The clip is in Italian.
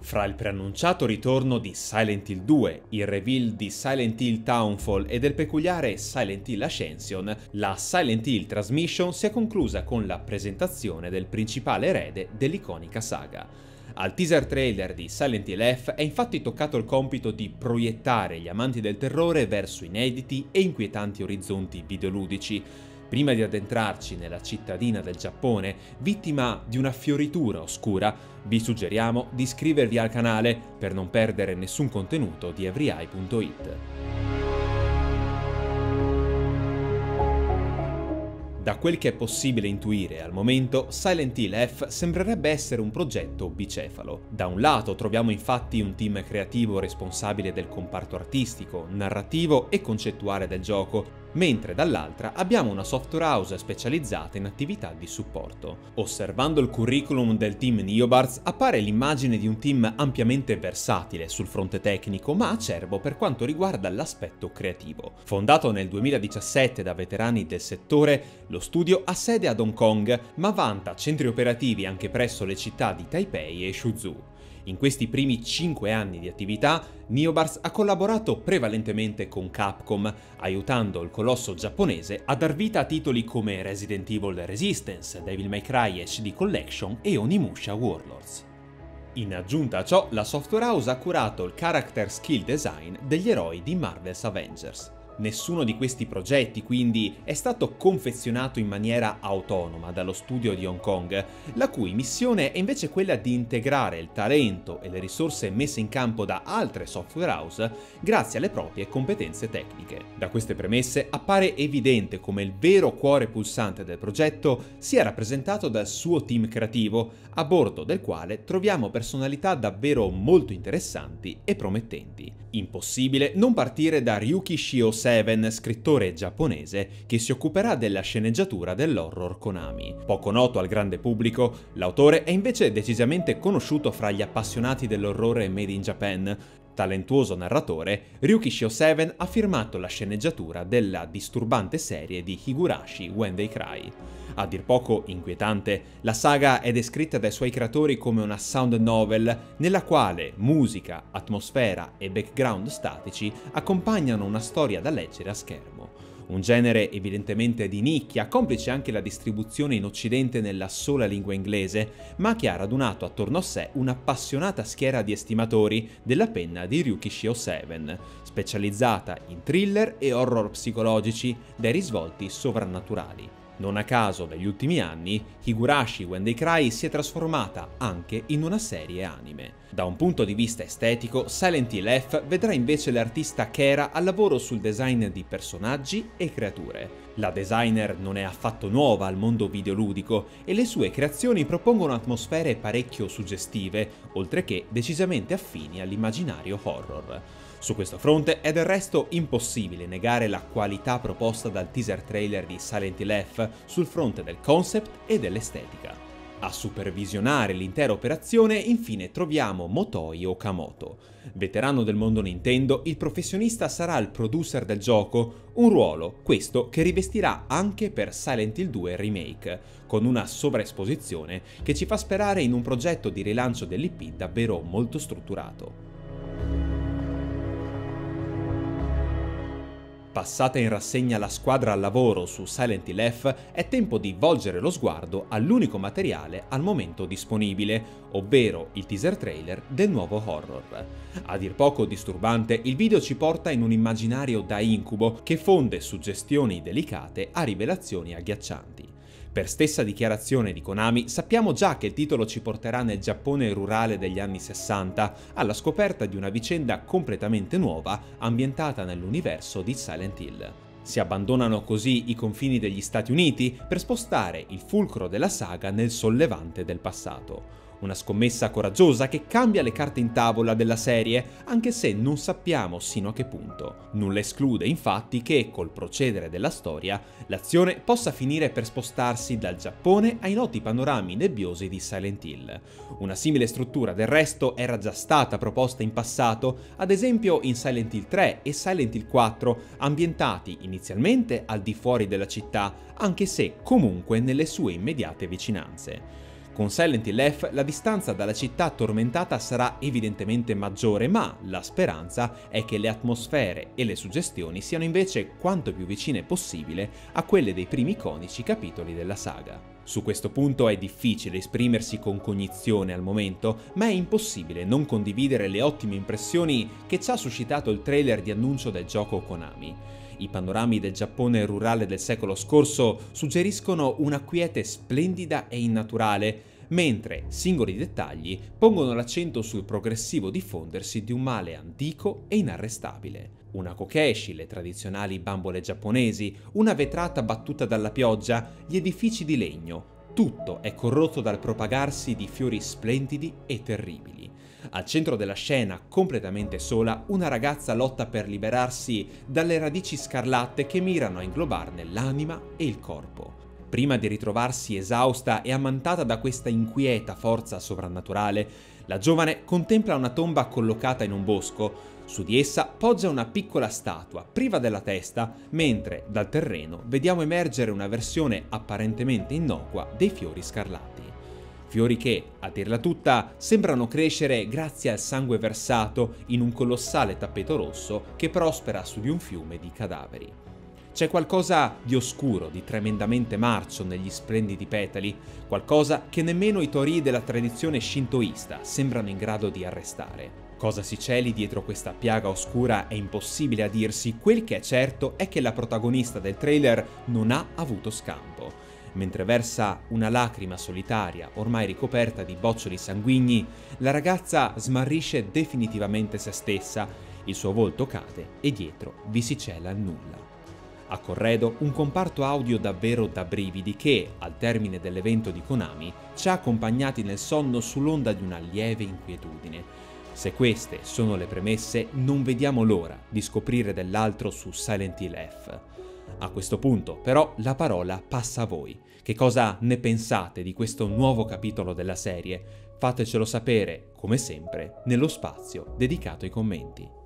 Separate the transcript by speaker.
Speaker 1: Fra il preannunciato ritorno di Silent Hill 2, il reveal di Silent Hill Townfall e del peculiare Silent Hill Ascension, la Silent Hill Transmission si è conclusa con la presentazione del principale erede dell'iconica saga. Al teaser trailer di Silent Hill F è infatti toccato il compito di proiettare gli amanti del terrore verso inediti e inquietanti orizzonti videoludici. Prima di addentrarci nella cittadina del Giappone, vittima di una fioritura oscura, vi suggeriamo di iscrivervi al canale per non perdere nessun contenuto di everyeye.it. Da quel che è possibile intuire al momento, Silent Hill F sembrerebbe essere un progetto bicefalo. Da un lato troviamo infatti un team creativo responsabile del comparto artistico, narrativo e concettuale del gioco, mentre dall'altra abbiamo una software house specializzata in attività di supporto. Osservando il curriculum del team Neobards appare l'immagine di un team ampiamente versatile sul fronte tecnico ma acerbo per quanto riguarda l'aspetto creativo. Fondato nel 2017 da veterani del settore, lo studio ha sede ad Hong Kong ma vanta centri operativi anche presso le città di Taipei e Suzhou. In questi primi 5 anni di attività, Neobards ha collaborato prevalentemente con Capcom, aiutando il colosso giapponese a dar vita a titoli come Resident Evil Resistance, Devil May Cry HD Collection e Onimusha Warlords. In aggiunta a ciò, la software house ha curato il character skill design degli eroi di Marvel's Avengers. Nessuno di questi progetti quindi è stato confezionato in maniera autonoma dallo studio di Hong Kong, la cui missione è invece quella di integrare il talento e le risorse messe in campo da altre software house grazie alle proprie competenze tecniche. Da queste premesse appare evidente come il vero cuore pulsante del progetto sia rappresentato dal suo team creativo, a bordo del quale troviamo personalità davvero molto interessanti e promettenti. Impossibile non partire da Ryuki Shio 7, scrittore giapponese che si occuperà della sceneggiatura dell'horror Konami. Poco noto al grande pubblico, l'autore è invece decisamente conosciuto fra gli appassionati dell'orrore made in Japan. Talentuoso narratore, Ryuki Shio 7 ha firmato la sceneggiatura della disturbante serie di Higurashi When They Cry. A dir poco inquietante, la saga è descritta dai suoi creatori come una sound novel nella quale musica, atmosfera e background statici accompagnano una storia da leggere a schermo. Un genere evidentemente di nicchia, complice anche la distribuzione in occidente nella sola lingua inglese, ma che ha radunato attorno a sé un'appassionata schiera di estimatori della penna di Ryuki Shio 7, specializzata in thriller e horror psicologici dai risvolti sovrannaturali. Non a caso, negli ultimi anni, Higurashi When They Cry si è trasformata anche in una serie anime. Da un punto di vista estetico, Silent Hill F vedrà invece l'artista Kera al lavoro sul design di personaggi e creature. La designer non è affatto nuova al mondo videoludico e le sue creazioni propongono atmosfere parecchio suggestive, oltre che decisamente affini all'immaginario horror. Su questo fronte è del resto impossibile negare la qualità proposta dal teaser trailer di Silent Hill F sul fronte del concept e dell'estetica. A supervisionare l'intera operazione infine troviamo Motoi Okamoto. Veterano del mondo Nintendo, il professionista sarà il producer del gioco, un ruolo, questo, che rivestirà anche per Silent Hill 2 Remake, con una sovraesposizione che ci fa sperare in un progetto di rilancio dell'IP davvero molto strutturato. Passata in rassegna la squadra al lavoro su Silent Hill F, è tempo di volgere lo sguardo all'unico materiale al momento disponibile, ovvero il teaser trailer del nuovo horror. A dir poco disturbante, il video ci porta in un immaginario da incubo che fonde suggestioni delicate a rivelazioni agghiaccianti. Per stessa dichiarazione di Konami, sappiamo già che il titolo ci porterà nel Giappone rurale degli anni 60, alla scoperta di una vicenda completamente nuova ambientata nell'universo di Silent Hill. Si abbandonano così i confini degli Stati Uniti per spostare il fulcro della saga nel sollevante del passato. Una scommessa coraggiosa che cambia le carte in tavola della serie, anche se non sappiamo sino a che punto. Nulla esclude infatti che, col procedere della storia, l'azione possa finire per spostarsi dal Giappone ai noti panorami nebbiosi di Silent Hill. Una simile struttura del resto era già stata proposta in passato, ad esempio in Silent Hill 3 e Silent Hill 4, ambientati inizialmente al di fuori della città, anche se comunque nelle sue immediate vicinanze. Con Silent Hill F la distanza dalla città tormentata sarà evidentemente maggiore, ma la speranza è che le atmosfere e le suggestioni siano invece quanto più vicine possibile a quelle dei primi iconici capitoli della saga. Su questo punto è difficile esprimersi con cognizione al momento, ma è impossibile non condividere le ottime impressioni che ci ha suscitato il trailer di annuncio del gioco Konami. I panorami del Giappone rurale del secolo scorso suggeriscono una quiete splendida e innaturale, mentre singoli dettagli pongono l'accento sul progressivo diffondersi di un male antico e inarrestabile. Una kokeshi, le tradizionali bambole giapponesi, una vetrata battuta dalla pioggia, gli edifici di legno, tutto è corrotto dal propagarsi di fiori splendidi e terribili. Al centro della scena, completamente sola, una ragazza lotta per liberarsi dalle radici scarlatte che mirano a inglobarne l'anima e il corpo. Prima di ritrovarsi esausta e ammantata da questa inquieta forza sovrannaturale, la giovane contempla una tomba collocata in un bosco. Su di essa poggia una piccola statua, priva della testa, mentre dal terreno vediamo emergere una versione apparentemente innocua dei fiori scarlatti. Fiori che, a dirla tutta, sembrano crescere grazie al sangue versato in un colossale tappeto rosso che prospera su di un fiume di cadaveri. C'è qualcosa di oscuro, di tremendamente marcio negli splendidi petali, qualcosa che nemmeno i torii della tradizione shintoista sembrano in grado di arrestare. Cosa si celi dietro questa piaga oscura è impossibile a dirsi, quel che è certo è che la protagonista del trailer non ha avuto scampo. Mentre versa una lacrima solitaria, ormai ricoperta di boccioli sanguigni, la ragazza smarrisce definitivamente se stessa, il suo volto cade e dietro vi si cela il nulla. A corredo un comparto audio davvero da brividi che, al termine dell'evento di Konami, ci ha accompagnati nel sonno sull'onda di una lieve inquietudine. Se queste sono le premesse, non vediamo l'ora di scoprire dell'altro su Silent Hill F. A questo punto, però, la parola passa a voi. Che cosa ne pensate di questo nuovo capitolo della serie? Fatecelo sapere, come sempre, nello spazio dedicato ai commenti.